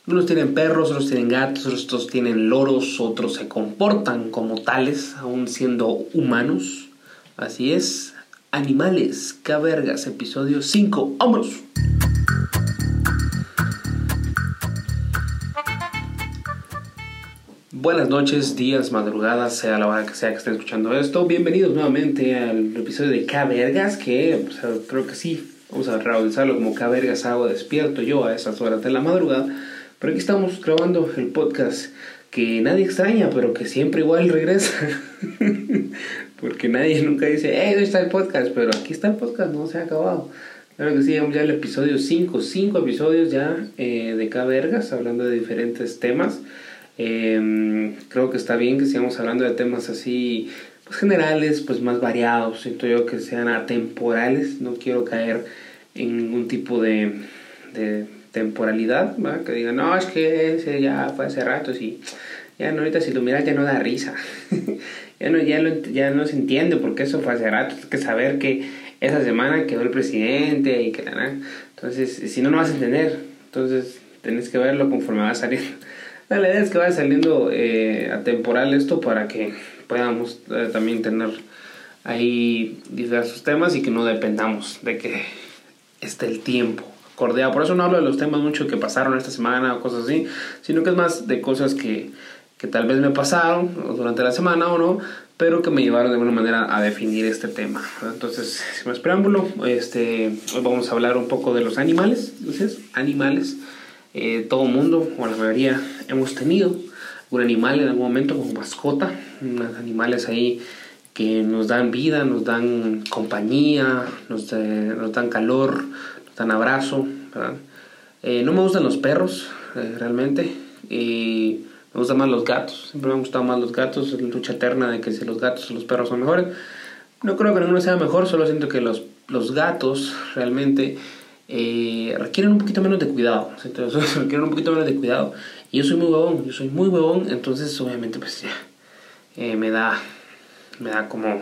Unos tienen perros, otros tienen gatos, otros tienen loros, otros se comportan como tales, aún siendo humanos. Así es, Animales, qué vergas, episodio 5. ¡Vámonos! Buenas noches, días, madrugadas, sea la hora que sea que estén escuchando esto. Bienvenidos nuevamente al episodio de K Vergas, que creo que sí, vamos a realizarlo como K Vergas hago despierto yo a esas horas de la madrugada. Pero aquí estamos grabando el podcast que nadie extraña, pero que siempre igual regresa. Porque nadie nunca dice, ¿dónde está el podcast? Pero aquí está el podcast, no se ha acabado. Claro que sí, vamos ya al episodio 5. 5 episodios ya de K Vergas, hablando de diferentes temas. Creo que está bien que sigamos hablando de temas así, pues generales, pues más variados. Siento yo que sean atemporales. No quiero caer en ningún tipo de temporalidad, ¿va? Que digan, no, es que ese ya fue hace rato, sí. Ya no, ahorita si lo miras ya no da risa. ya no se entiende porque eso fue hace rato. Hay que saber que esa semana quedó el presidente y que entonces, si no, no vas a entender. Entonces, tenés que verlo conforme va saliendo. La idea es que vaya saliendo atemporal esto para que podamos también tener ahí diversos temas y que no dependamos de que esté el tiempo acordado. Por eso no hablo de los temas mucho que pasaron esta semana o cosas así, sino que es más de cosas que tal vez me pasaron durante la semana o no, pero que me llevaron de alguna manera a definir este tema. Entonces, sin más preámbulo, hoy vamos a hablar un poco de los animales. Entonces, animales. Todo mundo, o la mayoría, hemos tenido un animal en algún momento como mascota. Unos animales ahí que nos dan vida, nos dan compañía, nos dan calor, nos dan abrazo, ¿verdad? No me gustan los perros, realmente. Me gustan más los gatos. Siempre me han gustado más los gatos. Es la lucha eterna de que si los gatos o los perros son mejores. No creo que ninguno sea mejor, solo siento que los gatos realmente requieren un poquito menos de cuidado. Entonces, requieren un poquito menos de cuidado. Y yo soy muy huevón, entonces obviamente pues me da como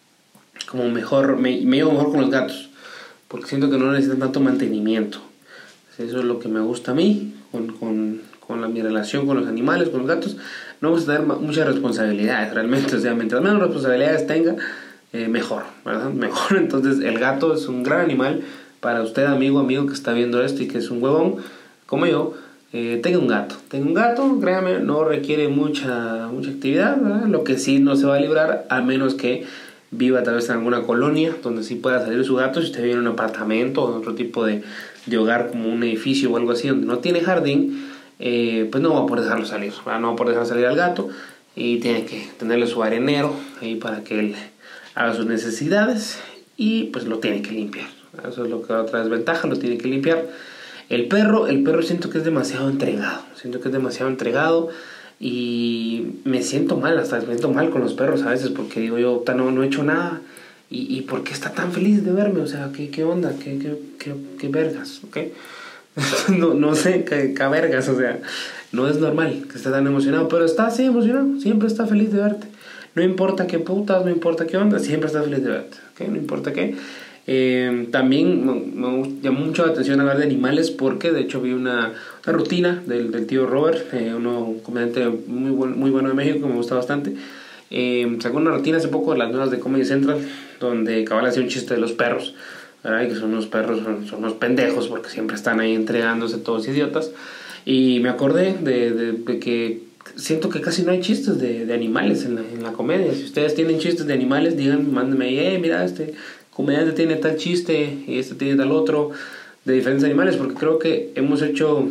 mejor, me llevo mejor con los gatos, porque siento que no necesitan tanto mantenimiento. Eso es lo que me gusta a mí con mi relación con los animales, con los gatos. No vamos a tener muchas responsabilidades realmente, o sea, mientras menos responsabilidades tenga, mejor, ¿verdad? Mejor. Entonces el gato es un gran animal. Para usted, amigo que está viendo esto y que es un huevón como yo, tenga un gato, créame, no requiere mucha actividad, ¿verdad? Lo que sí no se va a librar, a menos que viva tal vez en alguna colonia donde sí pueda salir su gato. Si usted vive en un apartamento o en otro tipo de hogar, como un edificio o algo así donde no tiene jardín, pues no va a poder dejarlo salir, ¿verdad? No va a poder dejar salir al gato, y tiene que tenerle su arenero ahí para que él haga sus necesidades, y pues lo tiene que limpiar. Eso es lo que otra desventaja, lo tiene que limpiar. El perro siento que es demasiado entregado, y me siento mal con los perros a veces, porque digo yo, no he hecho nada, y ¿por qué está tan feliz de verme? O sea, ¿qué onda? ¿Qué vergas? ¿Okay? no sé, qué vergas, o sea, no es normal que esté tan emocionado, pero está así emocionado, siempre está feliz de verte. No importa qué putas, no importa qué onda, siempre está feliz de verte, ¿okay? No importa qué. También me llamó mucho la atención hablar de animales, porque de hecho vi una rutina del tío Robert, un comediante muy bueno de México que me gusta bastante. Sacó una rutina hace poco de las nuevas de Comedy Central, donde cabal hacía un chiste de los perros, ¿verdad? Y que son unos perros, son unos pendejos, porque siempre están ahí entregándose todos idiotas. Y me acordé de que siento que casi no hay chistes de animales en la comedia. Si ustedes tienen chistes de animales, mándenme, mira, comediante tiene tal chiste y este tiene tal otro, de diferentes animales, porque creo que hemos hecho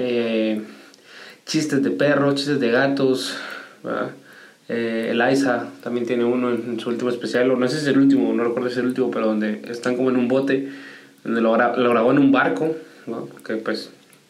chistes de perros, chistes de gatos, ¿verdad? Eliza también tiene uno en su último especial, o no sé si es el último, no recuerdo si es el último, pero donde están como en un bote, donde lo grabó en un barco, ¿no? Porque pues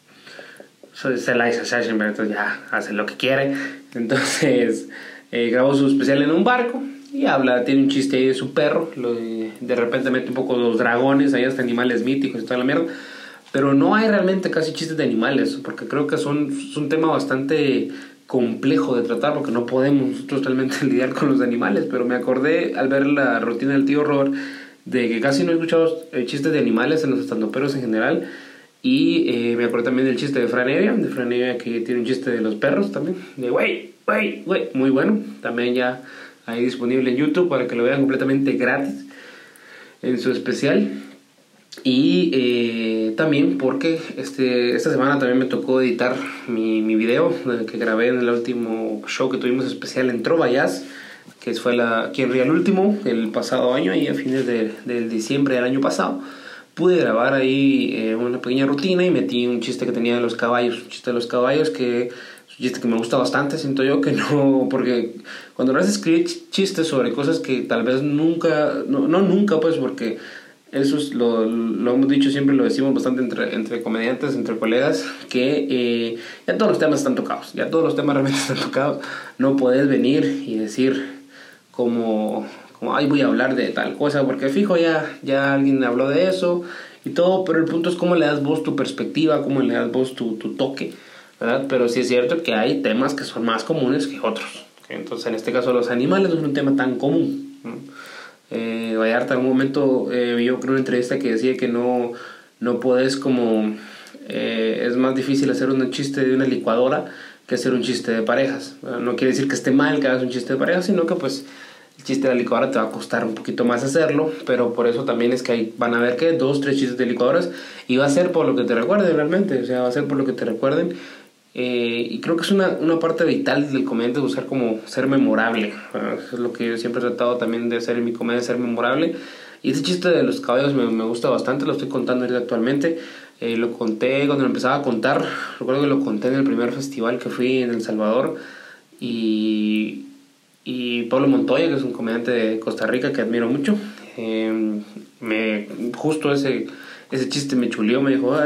es Eliza Sashenberg, entonces ya hace lo que quiere. Entonces grabó su especial en un barco y tiene un chiste ahí de su perro, de repente mete un poco los dragones, ahí hasta animales míticos y toda la mierda. Pero no hay realmente casi chistes de animales, porque creo que es un tema bastante complejo de tratar, porque no podemos nosotros realmente lidiar con los animales. Pero me acordé al ver la rutina del tío Robert de que casi no he escuchado chistes de animales en los estandoperos en general, Y me acuerdo también del chiste de Fran Evia, que tiene un chiste de los perros también, de güey, muy bueno, también ya ahí disponible en YouTube para que lo vean completamente gratis en su especial. Y también porque esta semana también me tocó editar mi video que grabé en el último show que tuvimos especial en Trova Jazz, que fue Quien Ría el Último, el pasado año, ahí a fines del diciembre del año pasado. Pude grabar ahí una pequeña rutina y metí un chiste que tenía de los caballos, un chiste de los caballos que es un chiste que me gusta bastante. Siento yo que no, porque cuando vas a escribir chistes sobre cosas que tal vez nunca, no nunca pues, porque eso es lo hemos dicho siempre, lo decimos bastante entre comediantes, entre colegas, que ya todos los temas están tocados, ya todos los temas realmente están tocados. No podés venir y decir como ay, voy a hablar de tal cosa, porque fijo ya alguien habló de eso y todo, pero el punto es cómo le das vos tu perspectiva, cómo le das vos tu toque, ¿verdad? Pero sí es cierto que hay temas que son más comunes que otros, ¿okay? Entonces en este caso los animales no es un tema tan común, ¿no? Vallarta en un momento yo creo una entrevista que decía que no podés como es más difícil hacer un chiste de una licuadora que hacer un chiste de parejas. No quiere decir que esté mal que hagas un chiste de parejas, sino que pues el chiste de la licuadora te va a costar un poquito más hacerlo, pero por eso también es que van a ver que 2, 3 chistes de licuadoras y va a ser por lo que te recuerden realmente, o sea, va a ser por lo que te recuerden. Y creo que es una parte vital del comediante buscar como ser memorable. Eso es lo que yo siempre he tratado también de hacer en mi comedia, ser memorable. Y ese chiste de los caballos me gusta bastante, lo estoy contando ahorita actualmente. Lo conté cuando lo empezaba a contar, recuerdo que lo conté en el primer festival que fui en El Salvador. Y Pablo Montoya, que es un comediante de Costa Rica que admiro mucho, justo ese chiste me chuleó, me dijo,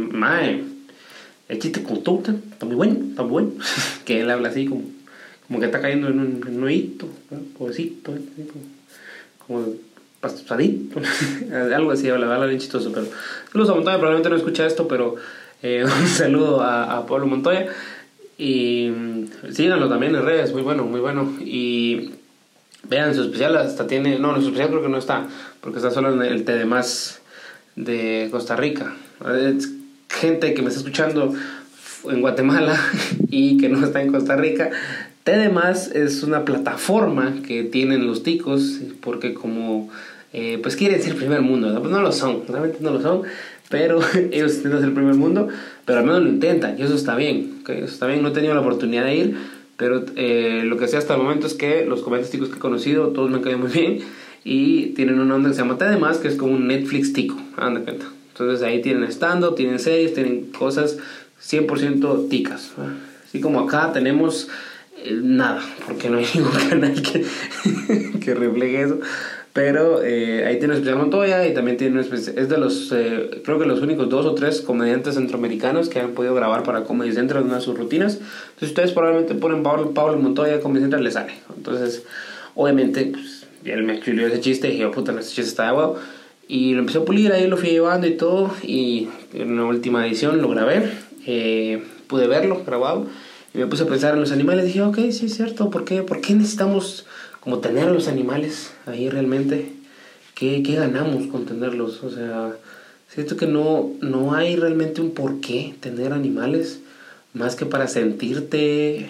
el chiste con Touta está muy bueno. Que él habla así como que está cayendo en un hoyito, ¿no? Pobrecito, como pasadito. Algo así, habla bien chistoso. Pero saludos a Montoya, probablemente no escucha esto, pero un saludo a Pablo Montoya. Y síganlo también en redes, muy bueno. Y vean su especial, hasta tiene, no, su especial creo que no está, porque está solo en el TDMás de Costa Rica. Es gente que me está escuchando en Guatemala y que no está en Costa Rica. TDMás es una plataforma que tienen los ticos, porque como pues quieren ser primer mundo, ¿no? Pues no lo son, realmente no lo son, pero ellos intentan ser el primer mundo, pero al menos lo intentan y eso está bien, ¿okay? Eso está bien. No he tenido la oportunidad de ir, pero lo que sé hasta el momento es que los comediantes ticos que he conocido, todos me han caído muy bien y tienen una onda que se llama TDMás, que es como un Netflix tico, anda cuenta. Entonces ahí tienen stand-up, tienen series, tienen cosas 100% ticas, ¿no? Así como acá tenemos nada, porque no hay ningún canal que refleje eso. Pero ahí tiene un especial Montoya y también tiene un especial, es de los, creo que los únicos 2 o 3 comediantes centroamericanos que han podido grabar para Comedy Central en una de sus rutinas. Entonces ustedes probablemente ponen Pablo Montoya Comedy Central, les sale. Entonces obviamente pues, él me chuleó ese chiste y dije, puta, ese chiste está de huevo. Y lo empecé a pulir, ahí lo fui llevando y todo. Y en una última edición lo grabé, pude verlo grabado. Y me puse a pensar en los animales. Dije, ok, sí es cierto, ¿por qué necesitamos como tener a los animales ahí realmente? ¿Qué ganamos con tenerlos? O sea, siento que no hay realmente un por qué tener animales, más que para sentirte...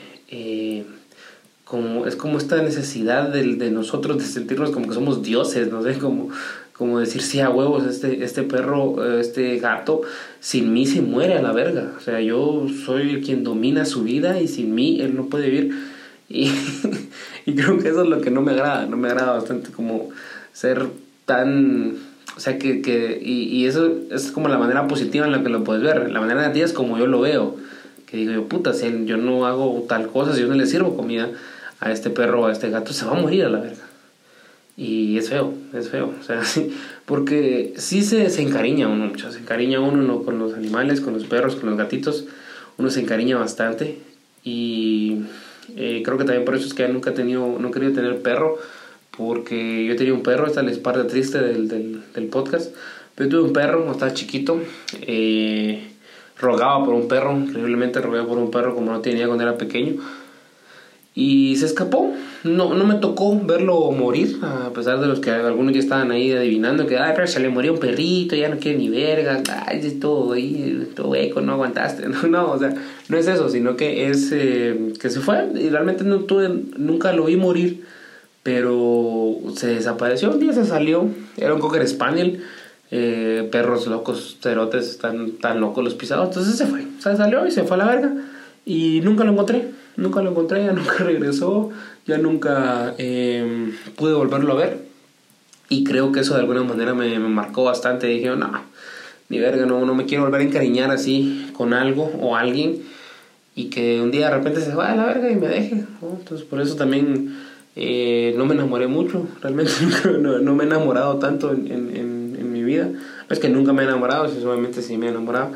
es como esta necesidad de nosotros de sentirnos como que somos dioses, no sé, como decir, sí, a huevos, este perro, este gato, sin mí se muere a la verga. O sea, yo soy el quien domina su vida y sin mí él no puede vivir. Y creo que eso es lo que no me agrada bastante, como ser tan... O sea, y eso es como la manera positiva en la que lo puedes ver. La manera negativa es como yo lo veo, que digo yo, puta, si yo no hago tal cosa, si yo no le sirvo comida a este perro o a este gato, se va a morir a la verga. Y es feo, o sea, sí, porque sí se encariña uno mucho, se encariña uno con los animales, con los perros, con los gatitos, uno se encariña bastante. Y creo que también por eso es que no he querido tener perro, porque yo tenía un perro, esta es la parte triste del podcast, pero yo tuve un perro cuando estaba chiquito, rogaba por un perro, increíblemente rogaba por un perro como no tenía cuando era pequeño. y se escapó. No me tocó verlo morir, a pesar de los que algunos ya estaban ahí adivinando que pero se le murió un perrito, ya no quiere ni verga, es todo ahí, todo eco, no aguantaste. No, o sea, no es eso, sino que es que se fue y realmente nunca lo vi morir, pero se desapareció. Un día se salió, era un Cocker Spaniel, perros locos, cerotes, tan locos los pisados. Entonces se salió y se fue a la verga y nunca lo encontré, ya nunca regresó, ya nunca pude volverlo a ver. Y creo que eso de alguna manera me marcó bastante. Dije, no, ni verga, no me quiero volver a encariñar así con algo o alguien y que un día de repente se va a la verga y me deje, ¿no? Entonces por eso también no me enamoré mucho. Realmente no me he enamorado tanto en mi vida. Es que nunca me he enamorado, obviamente sí me he enamorado,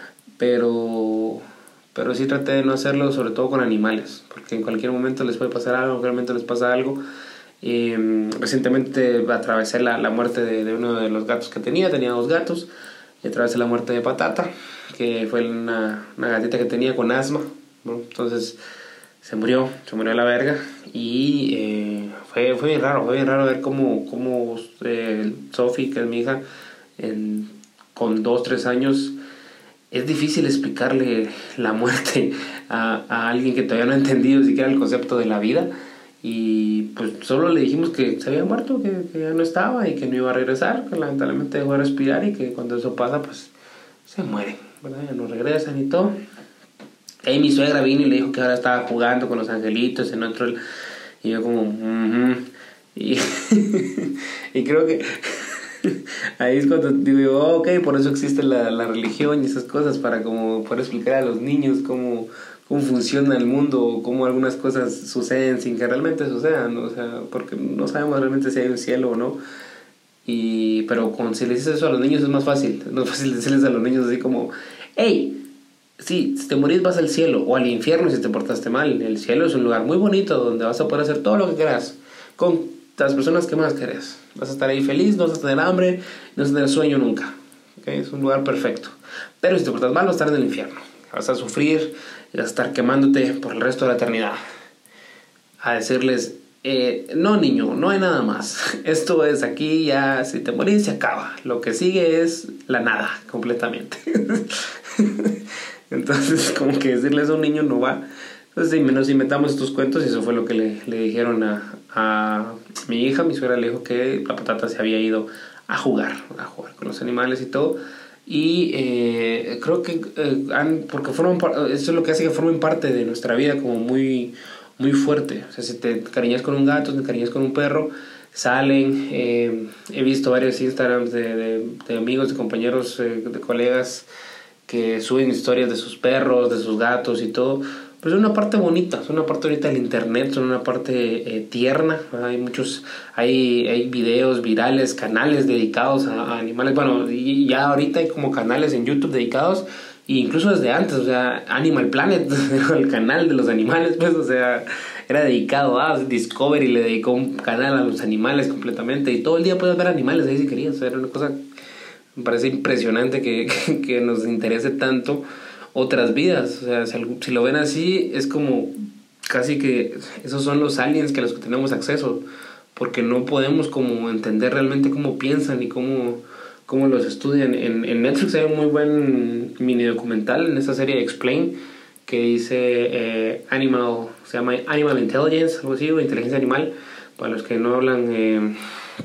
pero sí traté de no hacerlo, sobre todo con animales, porque en cualquier momento les puede pasar algo, en cualquier momento les pasa algo. Recientemente atravesé la muerte de uno de los gatos que tenía 2 gatos, y atravesé la muerte de Patata, que fue una gatita que tenía con asma, ¿no? Entonces se murió a la verga. Y fue bien raro ver cómo Sophie, que es mi hija, con 2-3 años, es difícil explicarle la muerte a alguien que todavía no ha entendido siquiera el concepto de la vida. Y pues solo le dijimos que se había muerto, que ya no estaba y que no iba a regresar, que lamentablemente dejó de respirar y que cuando eso pasa pues se muere, ¿verdad? Ya no regresan y todo. Y mi suegra vino y le dijo que ahora estaba jugando con los angelitos en otro... Y yo como... Y, y creo que ahí es cuando digo yo, ok, por eso existe la religión y esas cosas, para como poder explicar a los niños cómo funciona el mundo, cómo algunas cosas suceden sin que realmente sucedan, ¿no? O sea, porque no sabemos realmente si hay un cielo o no. Pero si le dices eso a los niños es más fácil decirles a los niños así como, hey, sí, si te morís vas al cielo o al infierno si te portaste mal. El cielo es un lugar muy bonito donde vas a poder hacer todo lo que quieras con las personas que más querés. Vas a estar ahí feliz, no vas a tener hambre, no vas a tener sueño nunca, ¿okay? Es un lugar perfecto. Pero si te portas mal vas a estar en el infierno, vas a sufrir y vas a estar quemándote por el resto de la eternidad. A decirles, no niño, no hay nada más. Esto es aquí, ya si te morís se acaba. Lo que sigue es la nada, completamente. Entonces como que decirles a un niño no va. Entonces menos inventamos estos cuentos y eso fue lo que le dijeron a mi hija. Mi suegra le dijo que la Patata se había ido a jugar con los animales y todo. Y creo que porque eso es lo que hace que formen parte de nuestra vida como muy, muy fuerte. O sea, si te encariñas con un gato, te encariñas con un perro, salen. He visto varios Instagrams de amigos, de compañeros, de colegas que suben historias de sus perros, de sus gatos y todo. Pues es una parte bonita, es una parte ahorita del internet, son una parte tierna. Hay videos virales, canales dedicados a animales. Bueno, y ya ahorita hay como canales en YouTube dedicados, e incluso desde antes, o sea, Animal Planet, el canal de los animales, pues, o sea, era dedicado a Discovery, le dedicó un canal a los animales completamente, y todo el día puedes ver animales ahí si querías. O sea, era una cosa, me parece impresionante que nos interese tanto otras vidas. O sea, si lo ven así, es como casi que esos son los aliens que a los que tenemos acceso, porque no podemos como entender realmente cómo piensan y cómo los estudian. En Netflix hay un muy buen mini documental en esta serie Explain que dice se llama Animal Intelligence, algo así, o inteligencia animal, para los que no hablan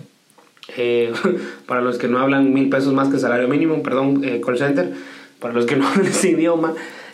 para los que no hablan 1,000 pesos más que el salario mínimo, call center. Para los que no hablan ese idioma,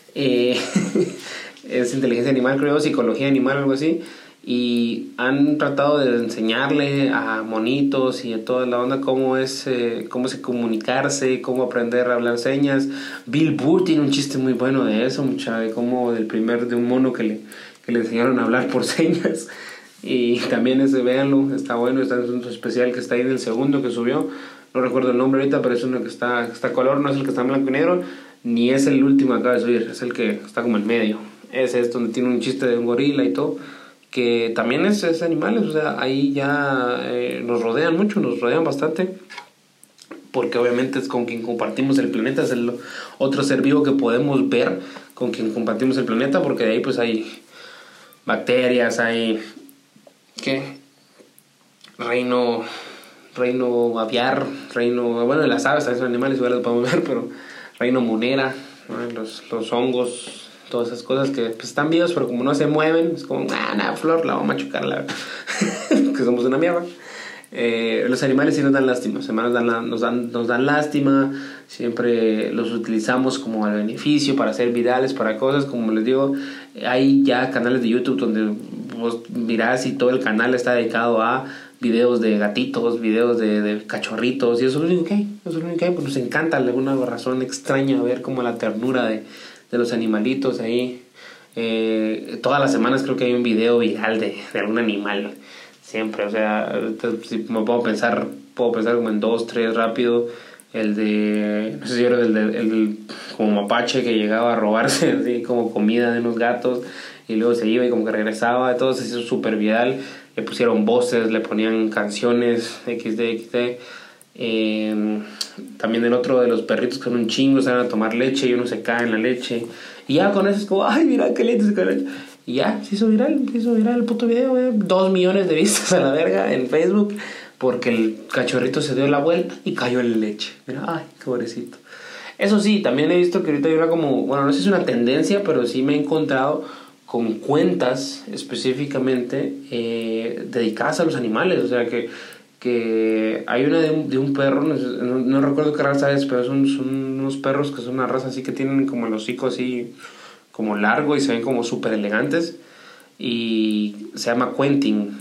es inteligencia animal, creo, psicología animal, algo así. Y han tratado de enseñarle a monitos y a toda la onda cómo se comunicarse, cómo aprender a hablar señas. Bill Burr tiene un chiste muy bueno de eso, de un mono que le enseñaron a hablar por señas. Y también véanlo, está bueno, está en un especial que está ahí del segundo que subió. No recuerdo el nombre ahorita, pero es uno que está a color, no es el que está en blanco y negro, ni es el último que acaba de subir, es el que está como en medio. Ese es donde tiene un chiste de un gorila y todo, que también es animales. O sea, ahí ya nos rodean mucho, nos rodean bastante, porque obviamente es con quien compartimos el planeta, es el otro ser vivo que podemos ver con quien compartimos el planeta, porque de ahí pues hay bacterias, hay... ¿Qué? Reino aviar, bueno, las aves también son animales, igual las podemos ver, pero reino monera, ¿no? Los hongos, todas esas cosas que pues, están vivos, pero como no se mueven, es como, flor, la vamos a machucar, que somos una mierda. Los animales sí nos dan lástima, los humanos nos dan lástima, siempre los utilizamos como al beneficio para hacer virales, para cosas, como les digo, hay ya canales de YouTube donde vos mirás y todo el canal está dedicado a videos de gatitos, videos de cachorritos, y eso es lo único que hay, pues nos encanta, de alguna razón extraña ver como la ternura de los animalitos ahí. Todas las semanas creo que hay un video viral de algún animal, siempre, o sea, si me puedo pensar como en 2, 3 rápido. El de, no sé si era el como mapache que llegaba a robarse así como comida de unos gatos y luego se iba y como que regresaba, todo se hizo súper viral. Le pusieron voces, le ponían canciones XD. También el otro de los perritos que son un chingo, salen a tomar leche y uno se cae en la leche y ya con eso es como, ay mira qué lindo se cae la leche. Y ya se hizo viral el puto video, 2 millones de vistas a la verga en Facebook porque el cachorrito se dio la vuelta y cayó en la leche. Mira, ay, qué pobrecito. Eso sí, también he visto que ahorita hay una como, bueno, no sé si es una tendencia, pero sí me he encontrado con cuentas específicamente dedicadas a los animales. O sea, que hay una de un perro, no recuerdo qué raza es, pero son unos perros que son una raza así que tienen como el hocico así como largo y se ven como súper elegantes. Y se llama Quentin,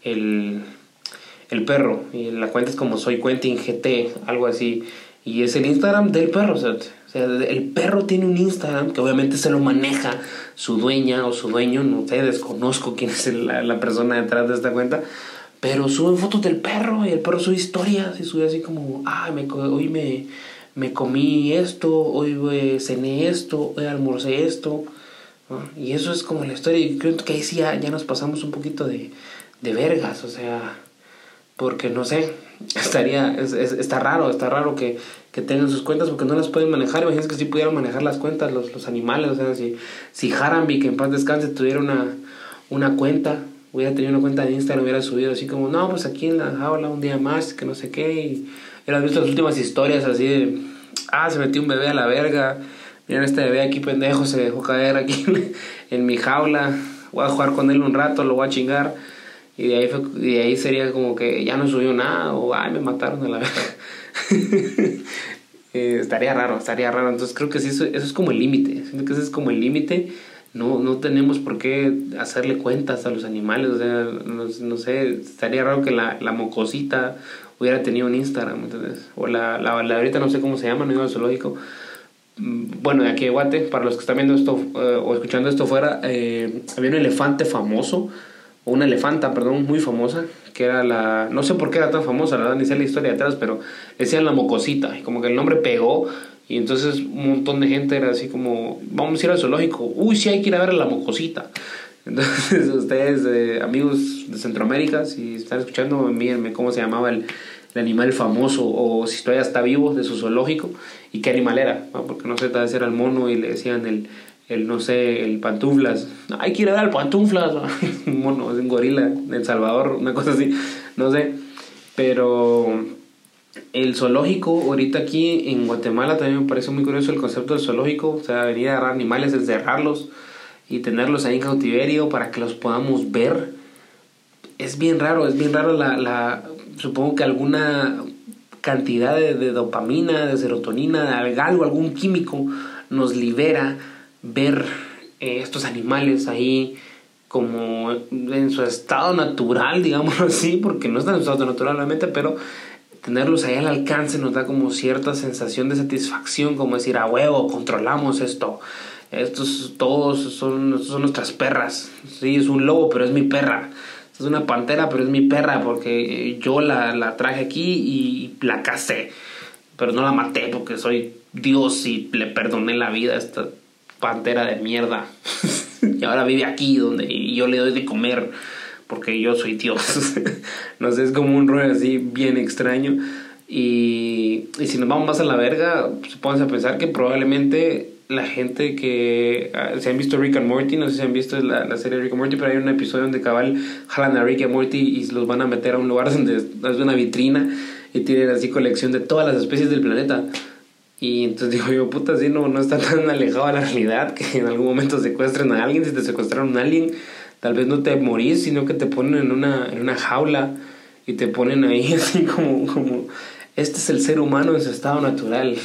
el perro, y la cuenta es como Soy Quentin GT, algo así, y es el Instagram del perro, o sea, el perro tiene un Instagram que obviamente se lo maneja su dueña o su dueño, no sé, desconozco quién es la persona detrás de esta cuenta, pero suben fotos del perro y el perro sube historias y sube así como, hoy me comí esto, hoy cené esto, hoy almorcé esto, ¿no? Y eso es como la historia, y creo que ahí sí ya nos pasamos un poquito de vergas, o sea, porque no sé, está raro que tengan sus cuentas porque no las pueden manejar. Imagínense que si pudieran manejar las cuentas los animales, o sea, si Harambe, que en paz descanse, tuviera una cuenta, hubiera tenido una cuenta de Instagram, hubiera subido así como, no, pues aquí en la jaula un día más, que no sé qué, y hubieras visto las últimas historias así de, se metió un bebé a la verga, miren este bebé aquí pendejo, se dejó caer aquí en mi jaula, voy a jugar con él un rato, lo voy a chingar. Y de ahí sería como que ya no subió nada, o me mataron a la verga. Estaría raro. Entonces creo que sí, eso es como el límite. Siento que ese es como el límite. No tenemos por qué hacerle cuentas a los animales. O sea, no sé, estaría raro que la mocosita hubiera tenido un Instagram, ¿entendés? O la ahorita no sé cómo se llama, no iba al zoológico. Bueno, de aquí de Guate, para los que están viendo esto o escuchando esto fuera, había un elefante famoso, o una elefanta, perdón, muy famosa, que era no sé por qué era tan famosa, la verdad, ni sé la historia detrás, pero decían la mocosita, y como que el nombre pegó, y entonces un montón de gente era así como, vamos a ir al zoológico, sí hay que ir a ver a la mocosita. Entonces ustedes, amigos de Centroamérica, si están escuchando, mírenme cómo se llamaba el animal famoso, o si todavía está vivo, de su zoológico, y qué animal era, ¿no? Porque no sé, tal vez era el mono y le decían no sé, el pantuflas. Hay que ir a ver al pantuflas, ¿no? Un mono, un gorila en El Salvador, una cosa así, no sé. Pero el zoológico, ahorita aquí en Guatemala también me parece muy curioso el concepto del zoológico. O sea, venir a agarrar animales, encerrarlos y tenerlos ahí en cautiverio para que los podamos ver. Es bien raro supongo que alguna cantidad de dopamina, de serotonina, algún químico nos libera ver estos animales ahí como en su estado natural, digámoslo así, porque no están en su estado natural realmente, pero tenerlos ahí al alcance nos da como cierta sensación de satisfacción, como decir, a huevo, controlamos esto, estos son nuestras perras, sí, es un lobo, pero es mi perra, es una pantera, pero es mi perra, porque yo la traje aquí y la casé, pero no la maté porque soy Dios y le perdoné la vida a esta pantera de mierda. Y ahora vive aquí donde yo le doy de comer porque yo soy Dios. No sé, es como un rollo así bien extraño. Y si nos vamos más a la verga, pues pónganse a pensar que probablemente la gente que se han visto Rick and Morty, no sé si han visto la serie Rick and Morty, pero hay un episodio donde cabal jalan a Rick and Morty y los van a meter a un lugar donde es una vitrina y tienen así colección de todas las especies del planeta. Y entonces digo yo, puta, sí, no está tan alejado de la realidad que en algún momento secuestren a alguien. Si te secuestraron a un alien, tal vez no te morís, sino que te ponen en una jaula y te ponen ahí así como este es el ser humano en su estado natural.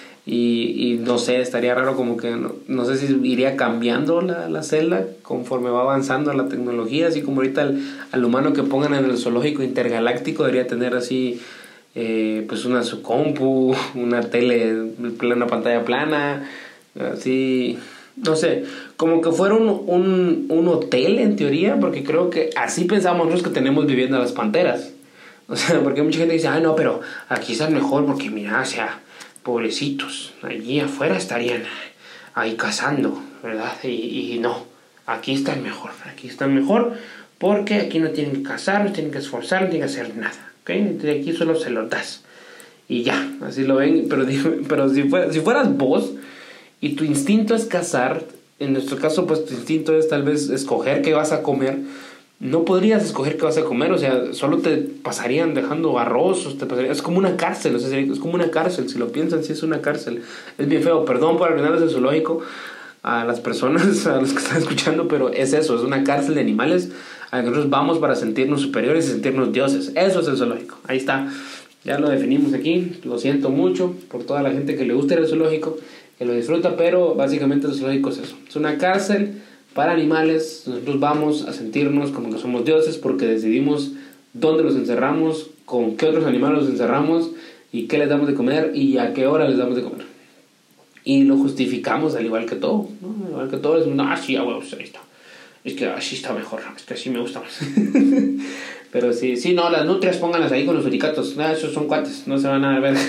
Y no sé, estaría raro como que no sé si iría cambiando la celda conforme va avanzando la tecnología, así como ahorita al humano que pongan en el zoológico intergaláctico debería tener así pues su compu, una tele, una pantalla plana, así, no sé, como que fuera un hotel en teoría, porque creo que así pensamos nosotros que tenemos viviendo las panteras. O sea, porque mucha gente dice, ay no, pero aquí está mejor porque mira, o sea, pobrecitos, allí afuera estarían ahí cazando, ¿verdad? Y no, aquí están mejor porque aquí no tienen que cazar, no tienen que esforzar, no tienen que hacer nada, ¿ok? Entonces aquí solo se los das y ya, así lo ven, pero si fueras vos y tu instinto es cazar, en nuestro caso pues tu instinto es tal vez escoger qué vas a comer, no podrías escoger qué vas a comer, o sea, solo te pasarían dejando arroz, es como una cárcel, o sea, es como una cárcel, si lo piensan, sí es una cárcel, es bien feo, perdón por arruinarles el zoológico a las personas, a los que están escuchando, pero es eso, es una cárcel de animales a la que nosotros vamos para sentirnos superiores y sentirnos dioses, eso es el zoológico, ahí está, ya lo definimos aquí, lo siento mucho por toda la gente que le gusta el zoológico, que lo disfruta, pero básicamente el zoológico es eso, es una cárcel para animales. Nosotros vamos a sentirnos como que somos dioses porque decidimos dónde los encerramos, con qué otros animales los encerramos y qué les damos de comer y a qué hora les damos de comer. Y lo justificamos al igual que todo, ¿no? Al igual que todo, decimos, sí, ahí está. Es que así está mejor, es que así me gusta más. Pero sí, no, las nutrias pónganlas ahí con los suricatos, esos son cuates, no se van a ver.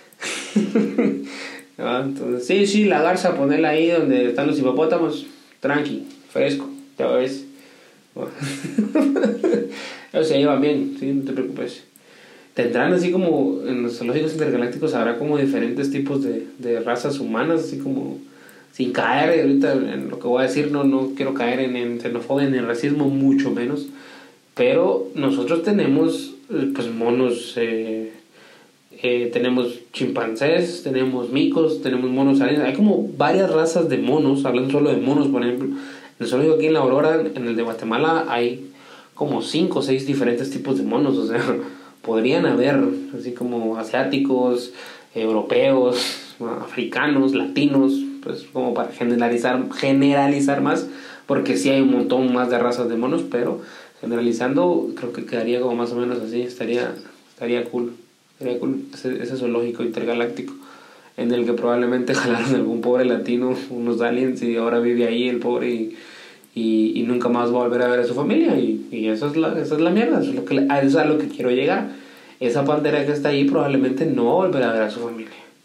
Entonces, sí, la garza, ponerla ahí donde están los hipopótamos. Tranqui, fresco, ya ves. Bueno. Ellos se llevan bien, sí, no te preocupes. Tendrán así como en los zoológicos intergalácticos habrá como diferentes tipos de razas humanas, así como sin caer ahorita en lo que voy a decir, no quiero caer en xenofobia ni en racismo, mucho menos. Pero nosotros tenemos pues monos, tenemos chimpancés, tenemos micos, tenemos monos arenas. Hay como varias razas de monos, hablando solo de monos, por ejemplo. En el zoológico aquí en La Aurora, en el de Guatemala, hay como 5 o 6 diferentes tipos de monos. O sea, podrían haber, así como asiáticos, europeos, africanos, latinos, pues como para generalizar más, porque sí hay un montón más de razas de monos, pero generalizando creo que quedaría como más o menos así, estaría cool. Sería cool ese zoológico intergaláctico en el que probablemente jalaron a algún pobre latino, unos aliens, y ahora vive ahí el pobre y nunca más va a volver a ver a su familia. Y eso es la mierda, eso es a lo que quiero llegar. Esa pantera que está ahí probablemente no va a volver a ver a su familia.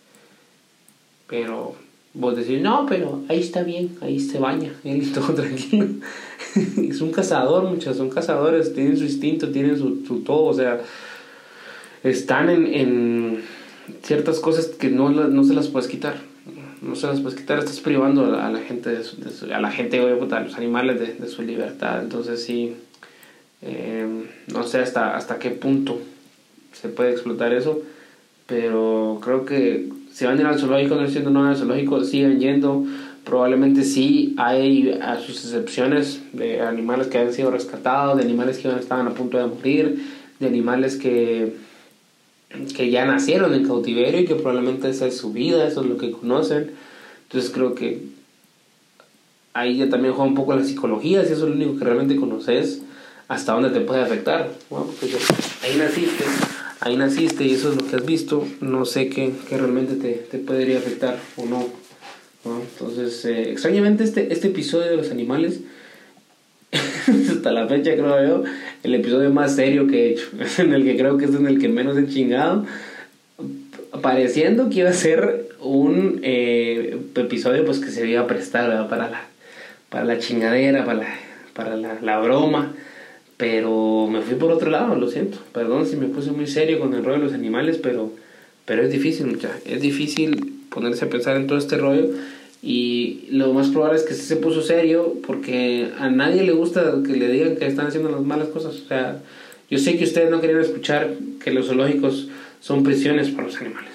Pero vos decís, no, pero ahí está bien, ahí se baña, él y todo tranquilo. Es un cazador, muchachos, son cazadores, tienen su instinto, tienen su todo, o sea, están en ciertas cosas que no se las puedes quitar. No se las puedes quitar, estás privando a la gente a los animales de su libertad. Entonces sí, no sé hasta qué punto se puede explotar eso, pero creo que si van a ir al zoológico, no siendo no al zoológico, sigan yendo. Probablemente sí hay a sus excepciones de animales que han sido rescatados, de animales que estaban a punto de morir, de animales que ya nacieron en cautiverio y que probablemente esa es su vida, eso es lo que conocen. Entonces creo que ahí ya también juega un poco la psicología, si eso es lo único que realmente conoces, hasta dónde te puede afectar. Bueno, porque ahí naciste y eso es lo que has visto, no sé qué realmente te podría afectar o no. ¿No? Entonces, extrañamente este episodio de los animales hasta la fecha creo yo el episodio más serio que he hecho, en el que creo que es en el que menos he chingado, pareciendo que iba a ser un episodio pues que se iba a prestar, ¿verdad? para la chingadera, para la broma, pero me fui por otro lado, lo siento, perdón si me puse muy serio con el rollo de los animales, pero es difícil, es difícil ponerse a pensar en todo este rollo Y lo más probable es que sí se puso serio, porque a nadie le gusta que le digan que están haciendo las malas cosas. O sea, yo sé que ustedes no querían escuchar que los zoológicos son prisiones para los animales.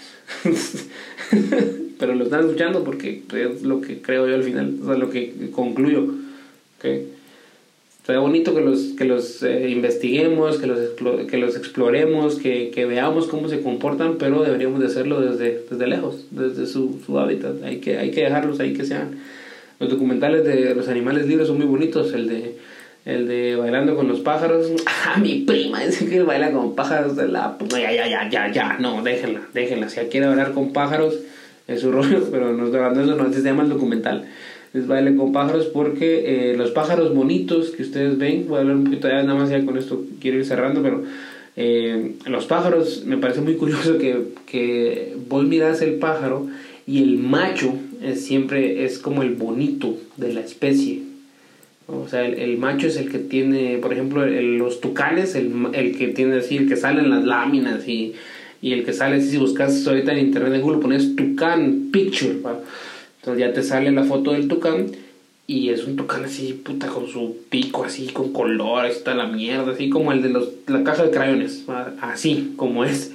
Pero lo están escuchando porque es lo que creo yo al final, o sea, lo que concluyo. ¿Okay? Sería bonito que los investiguemos, que los exploremos, que veamos cómo se comportan, pero deberíamos de hacerlo desde lejos, desde su hábitat. Hay que dejarlos ahí que sean. Los documentales de los animales libres son muy bonitos. El de Bailando con los pájaros. Mi prima dice que baila con pájaros de la... Ya, no, déjenla. Si quiere bailar con pájaros es su rollo, pero no estoy hablando de eso, no, así se llama el documental. Es Baile con pájaros, porque los pájaros bonitos que ustedes ven, voy a hablar un poquito ya, nada más ya con esto quiero ir cerrando, pero los pájaros, me parece muy curioso que vos mirás el pájaro y el macho siempre es como el bonito de la especie. O sea, el macho es el que tiene, por ejemplo, los tucanes, el que tiene así, el que sale en las láminas y el que sale así, si buscas ahorita en internet en Google, pones tucán picture, ¿va? Entonces ya te sale la foto del tucán y es un tucán así, puta, con su pico así, con colores, está la mierda, así como el de la caja de crayones, ¿va? Así como es.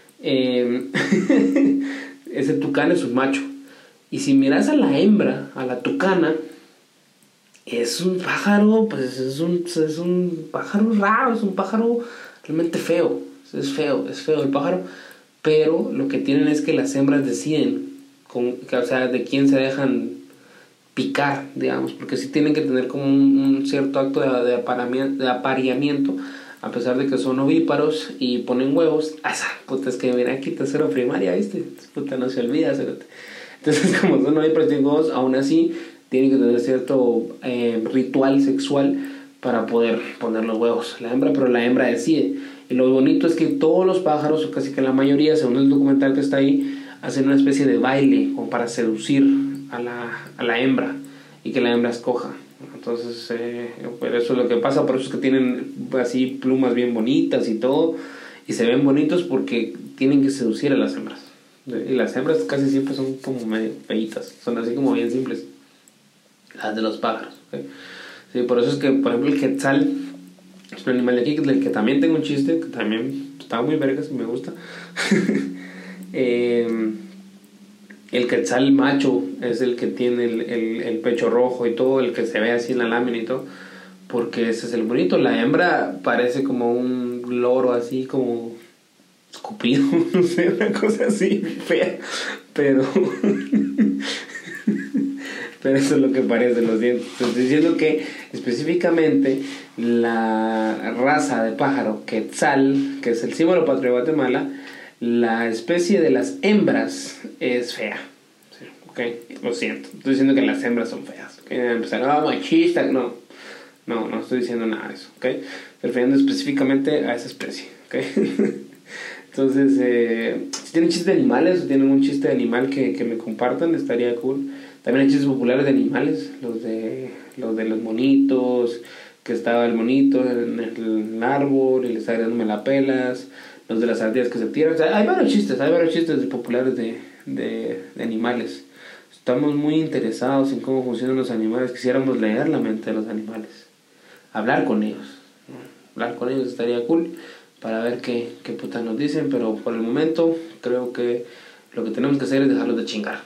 Ese tucán es un macho. Y si miras a la hembra, a la tucana, es un pájaro, pues es un pájaro raro, es un pájaro realmente feo. Es feo el pájaro, pero lo que tienen es que las hembras deciden o sea, de quién se dejan picar, digamos, porque sí tienen que tener como un cierto acto de apareamiento, a pesar de que son ovíparos y ponen huevos. Puta, es que mira aquí tercero primaria, ¿viste? Puta, no se olvida, ¿cierto? Entonces, como son ovíparos y tienen huevos, aún así tienen que tener cierto ritual sexual para poder poner los huevos la hembra, pero la hembra decide. Y lo bonito es que todos los pájaros, o casi que la mayoría, según el documental que está ahí, hacen una especie de baile como para seducir a la hembra y que la hembra escoja. Entonces, pues eso es lo que pasa. Por eso es que tienen así plumas bien bonitas y todo, y se ven bonitos porque tienen que seducir a las hembras. Y las hembras casi siempre son como medio feitas, son así como bien simples, las de los pájaros, ¿okay? Sí, por eso es que, por ejemplo, el quetzal es un animal de aquí del que también tengo un chiste, que también está muy vergas y me gusta. El quetzal macho es el que tiene el pecho rojo y todo, el que se ve así en la lámina y todo, porque ese es el bonito. La hembra parece como un loro así como escupido, no sé, una cosa así fea, pero eso es lo que parece, los dientes. Estoy diciendo que específicamente la raza de pájaro quetzal, que es el símbolo patrio de Guatemala, la especie de las hembras es fea. Sí, okay, lo siento. Estoy diciendo que las hembras son feas. Okay, empezar, machista. No estoy diciendo nada de eso. Okay, refiriendo específicamente a esa especie. Okay. Entonces, si tienen chistes de animales o tienen un chiste de animal que me compartan, estaría cool. También hay chistes populares de animales, los de los monitos, que estaba el monito en el árbol y le está gritando me la pelas, los de las ardillas que se tiran. O sea, hay varios chistes populares de animales. Estamos muy interesados en cómo funcionan los animales. Quisiéramos leer la mente de los animales, hablar con ellos, ¿no? Hablar con ellos estaría cool para ver qué puta nos dicen, pero por el momento creo que lo que tenemos que hacer es dejarlos de chingar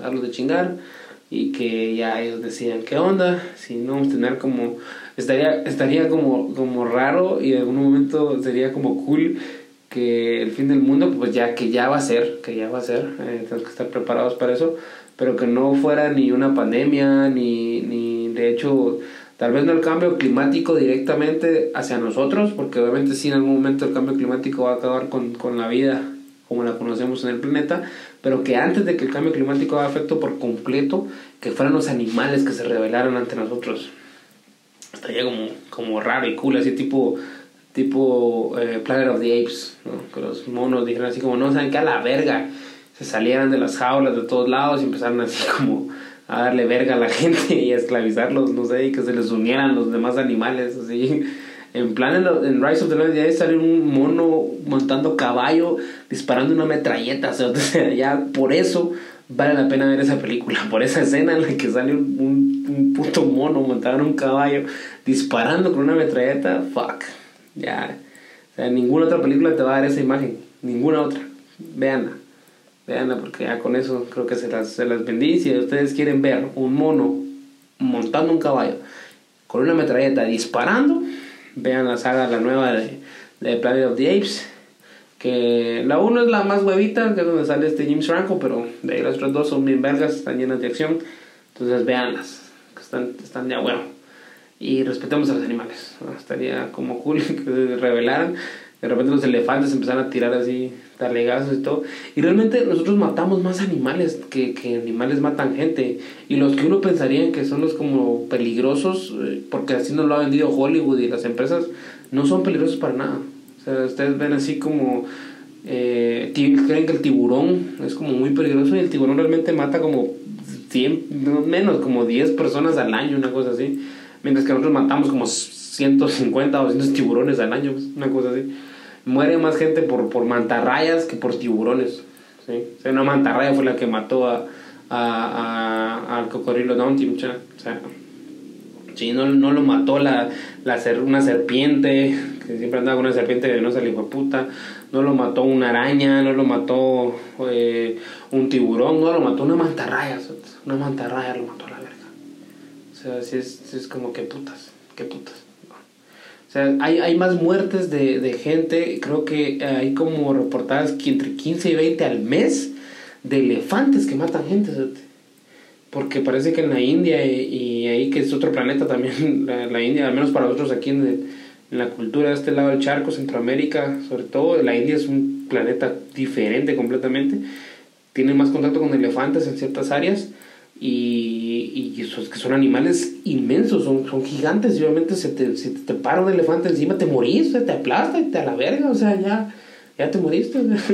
y que ya ellos decidan qué onda. Si no, tener como estaría como raro, y en algún momento sería como cool que el fin del mundo, pues ya va a ser, tenemos que estar preparados para eso, pero que no fuera ni una pandemia, ni de hecho, tal vez no el cambio climático directamente hacia nosotros, porque obviamente sí en algún momento el cambio climático va a acabar con la vida como la conocemos en el planeta, pero que antes de que el cambio climático haga efecto por completo, que fueran los animales que se rebelaran ante nosotros. Estaría como raro y cool, así tipo Planet of the Apes, ¿no? Que los monos dijeran así como, no, ¿saben qué? A la verga. Se salieran de las jaulas de todos lados y empezaron así como a darle verga a la gente y a esclavizarlos, no sé, y que se les unieran los demás animales, así. En plan, en Rise of the Land ya sale un mono montando caballo, disparando una metralleta, o sea, ya por eso vale la pena ver esa película por esa escena en la que sale un puto mono montado en un caballo disparando con una metralleta. Fuck, ya, o sea, ninguna otra película te va a dar esa imagen, ninguna otra. Véanla porque ya con eso creo que se las vendí. Si ustedes quieren ver un mono montando un caballo con una metralleta disparando, vean la saga, la nueva de Planet of the Apes, que la 1 es la más huevita, que es donde sale James Franco, pero de ahí las otras dos son bien vergas, están llenas de acción. Entonces véanlas, que están de huevo. Y respetemos a los animales, ¿no? Estaría como cool que se revelaran. De repente los elefantes empezaron a tirar así talegazos y todo. Y realmente nosotros matamos más animales que animales matan gente. Y los que uno pensaría que son los como peligrosos, porque así nos lo ha vendido Hollywood y las empresas, no son peligrosos para nada. O sea, ustedes ven así como creen que el tiburón es como muy peligroso, y el tiburón realmente mata como 100, no menos, como 10 personas al año, una cosa así. Mientras que nosotros matamos como 150 o 200 tiburones al año, una cosa así. Muere más gente por mantarrayas que por tiburones, ¿sí? O sea, una mantarraya fue la que mató al cocodrilo Dundee, o sea, sí, no lo mató una serpiente, que siempre andaba con una serpiente venenosa, el hijo de puta. No lo mató una araña, no lo mató un tiburón, no lo mató una mantarraya. Una mantarraya lo mató a la verga. O sea, sí es como que putas. O sea, hay más muertes de gente. Creo que hay como reportadas que entre 15 y 20 al mes de elefantes que matan gente, ¿sí? Porque parece que en la India y ahí, que es otro planeta también, la India, al menos para nosotros aquí en la cultura de este lado del charco, Centroamérica, sobre todo, la India es un planeta diferente completamente. Tiene más contacto con elefantes en ciertas áreas, y esos que son animales inmensos, son gigantes, y obviamente si te para un elefante encima te morís, te aplasta y te a la verga, o sea, ya te moriste.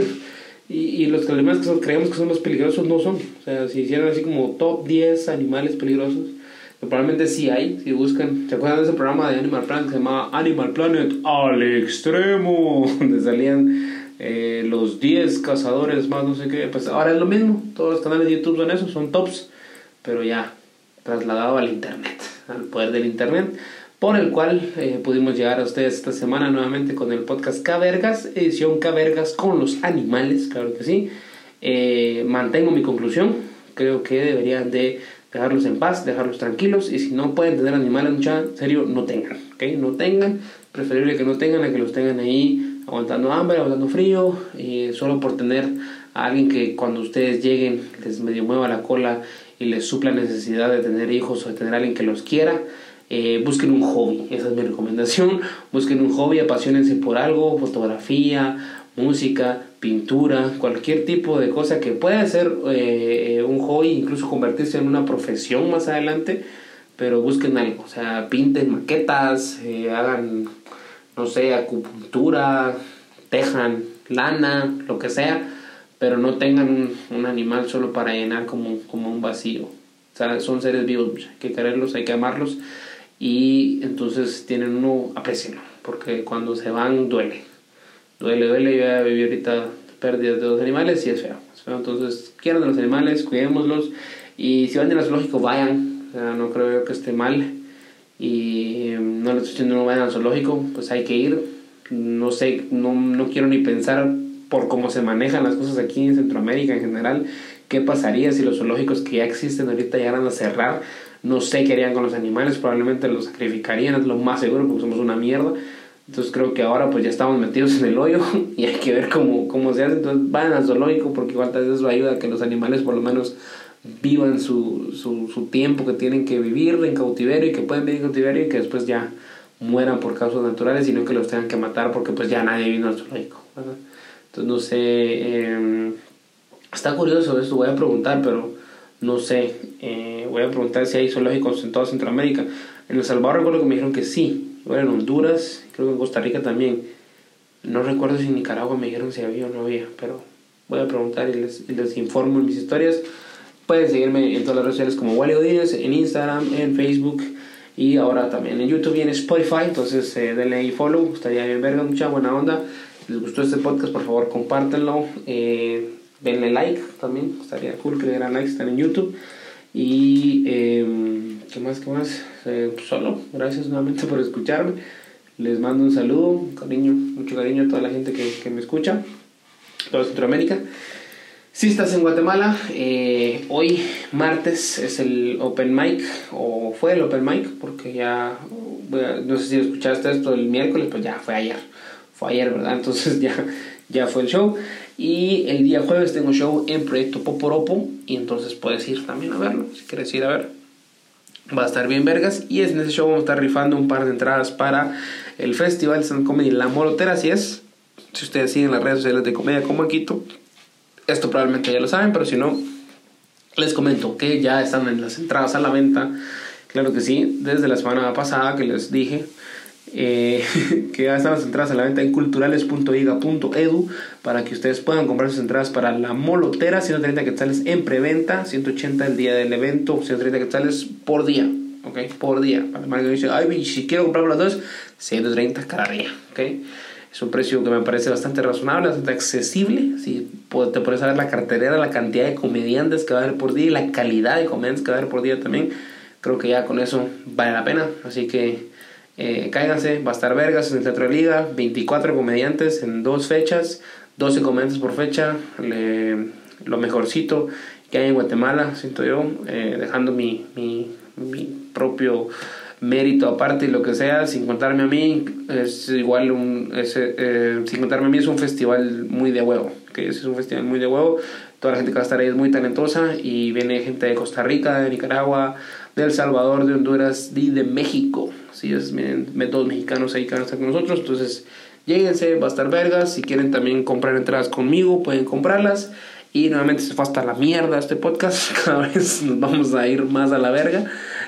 Y los animales que creemos que son los peligrosos no son. O sea, si hicieran así como top 10 animales peligrosos, que probablemente sí hay, si buscan. ¿Se acuerdan de ese programa de Animal Planet que se llamaba Animal Planet al extremo? Donde salían los 10 cazadores más no sé qué. Pues ahora es lo mismo, todos los canales de YouTube son esos, son tops, pero ya trasladado al internet, al poder del internet, por el cual pudimos llegar a ustedes esta semana nuevamente con el podcast K-Vergas, edición K-Vergas con los animales, claro que sí. Mantengo mi conclusión, creo que deberían de dejarlos en paz, dejarlos tranquilos, y si no pueden tener animales, en serio, no tengan, ¿okay? No tengan, preferible que no tengan a que los tengan ahí aguantando hambre, aguantando frío, solo por tener a alguien que cuando ustedes lleguen les medio mueva la cola y les supla necesidad de tener hijos o de tener a alguien que los quiera. Busquen un hobby, esa es mi recomendación. Busquen un hobby, apasionense por algo, fotografía, música, pintura, cualquier tipo de cosa que pueda ser un hobby, incluso convertirse en una profesión más adelante, pero busquen algo, o sea, pinten maquetas, hagan, no sé, acupuntura, tejan lana, lo que sea, pero no tengan un animal solo para llenar como un vacío. O sea, son seres vivos, hay que quererlos, hay que amarlos, y entonces tienen uno, aprecienlo, porque cuando se van duele. Yo ya viví ahorita pérdidas de dos animales y es feo. Entonces quieran a los animales, cuidémoslos, y si van al zoológico vayan, o sea, no creo yo que esté mal, y no les estoy diciendo no vayan al zoológico, pues hay que ir. No sé, no quiero ni pensar por cómo se manejan las cosas aquí en Centroamérica en general, qué pasaría si los zoológicos que ya existen ahorita llegaran a cerrar. No sé qué harían con los animales, probablemente los sacrificarían, es lo más seguro, porque somos una mierda. Entonces creo que ahora pues ya estamos metidos en el hoyo y hay que ver cómo se hace. Entonces vayan al zoológico, porque igual tal vez eso ayuda a que los animales por lo menos vivan su tiempo que tienen que vivir en cautiverio, y que pueden vivir en cautiverio y que después ya mueran por causas naturales, y no que los tengan que matar porque pues ya nadie vino al zoológico, ¿verdad? Entonces no sé, está curioso esto, voy a preguntar, pero no sé, voy a preguntar si hay zoológicos en toda Centroamérica. En El Salvador recuerdo que me dijeron que sí, bueno, en Honduras, creo que en Costa Rica también. No recuerdo si en Nicaragua me dijeron si había o no había, pero voy a preguntar y les informo en mis historias. Pueden seguirme en todas las redes sociales como Wally Godínez, en Instagram, en Facebook, y ahora también en YouTube y en Spotify. Entonces denle ahí follow, estaría bien verga, mucha buena onda. Si les gustó este podcast, por favor compártanlo. denle like también, estaría cool que le dieran like si están en YouTube. Y ¿qué más? Solo, gracias nuevamente por escucharme. Les mando un saludo, cariño, mucho cariño a toda la gente que me escucha, toda Centroamérica. Si estás en Guatemala, hoy martes es el Open Mic, o fue el Open Mic, porque ya, no sé si escuchaste esto el miércoles, pues ya fue ayer, ¿verdad? Entonces ya fue el show. Y el día jueves tengo show en Proyecto Poporopo, y entonces puedes ir también a verlo, si quieres ir a ver. Va a estar bien vergas, y en ese show vamos a estar rifando un par de entradas para el Festival Stand Comedy La Molotera. Así es, si ustedes siguen las redes sociales de Comedia con Maquito, esto probablemente ya lo saben, pero si no, les comento que ya están en las entradas a la venta. Claro que sí, desde la semana pasada que les dije que ya están las entradas a la venta en culturales.iga.edu para que ustedes puedan comprar sus entradas para La Molotera. 130 quetzales en preventa, 180 el día del evento, 130 quetzales por día, ¿ok? Por día. Para el que dice, ay, si quiero comprar las dos, 130 cada día, ¿ok? Es un precio que me parece bastante razonable, bastante accesible. Si te puedes saber la cartelera, la cantidad de comediantes que va a haber por día y la calidad de comediantes que va a haber por día también, creo que ya con eso vale la pena. Así que cáiganse, va a estar vergas en el Teatro de Liga, 24 comediantes en 2 fechas, 12 comediantes por fecha, lo mejorcito que hay en Guatemala, siento yo, dejando mi propio mérito aparte y lo que sea, sin contarme a mí, es igual sin contarme a mí es un festival muy de huevo, que es un festival muy de huevo. Toda la gente que va a estar ahí es muy talentosa y viene gente de Costa Rica, de Nicaragua, de El Salvador, de Honduras y de México. Así es, miren, todos mexicanos ahí que van a estar con nosotros. Entonces, lléguense, va a estar vergas. Si quieren también comprar entradas conmigo, pueden comprarlas. Y nuevamente se fue hasta la mierda este podcast. Cada vez nos vamos a ir más a la verga.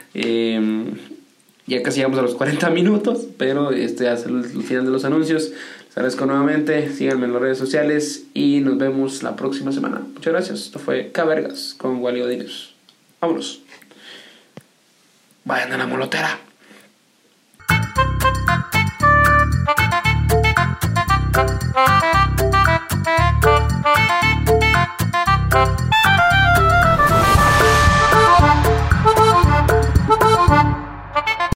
Ya casi llegamos a los 40 minutos, pero este ya es el final de los anuncios. Les agradezco nuevamente, síganme en las redes sociales y nos vemos la próxima semana. Muchas gracias. Esto fue Cavergas con Wally Godínez. Vámonos. Vayan a La Molotera.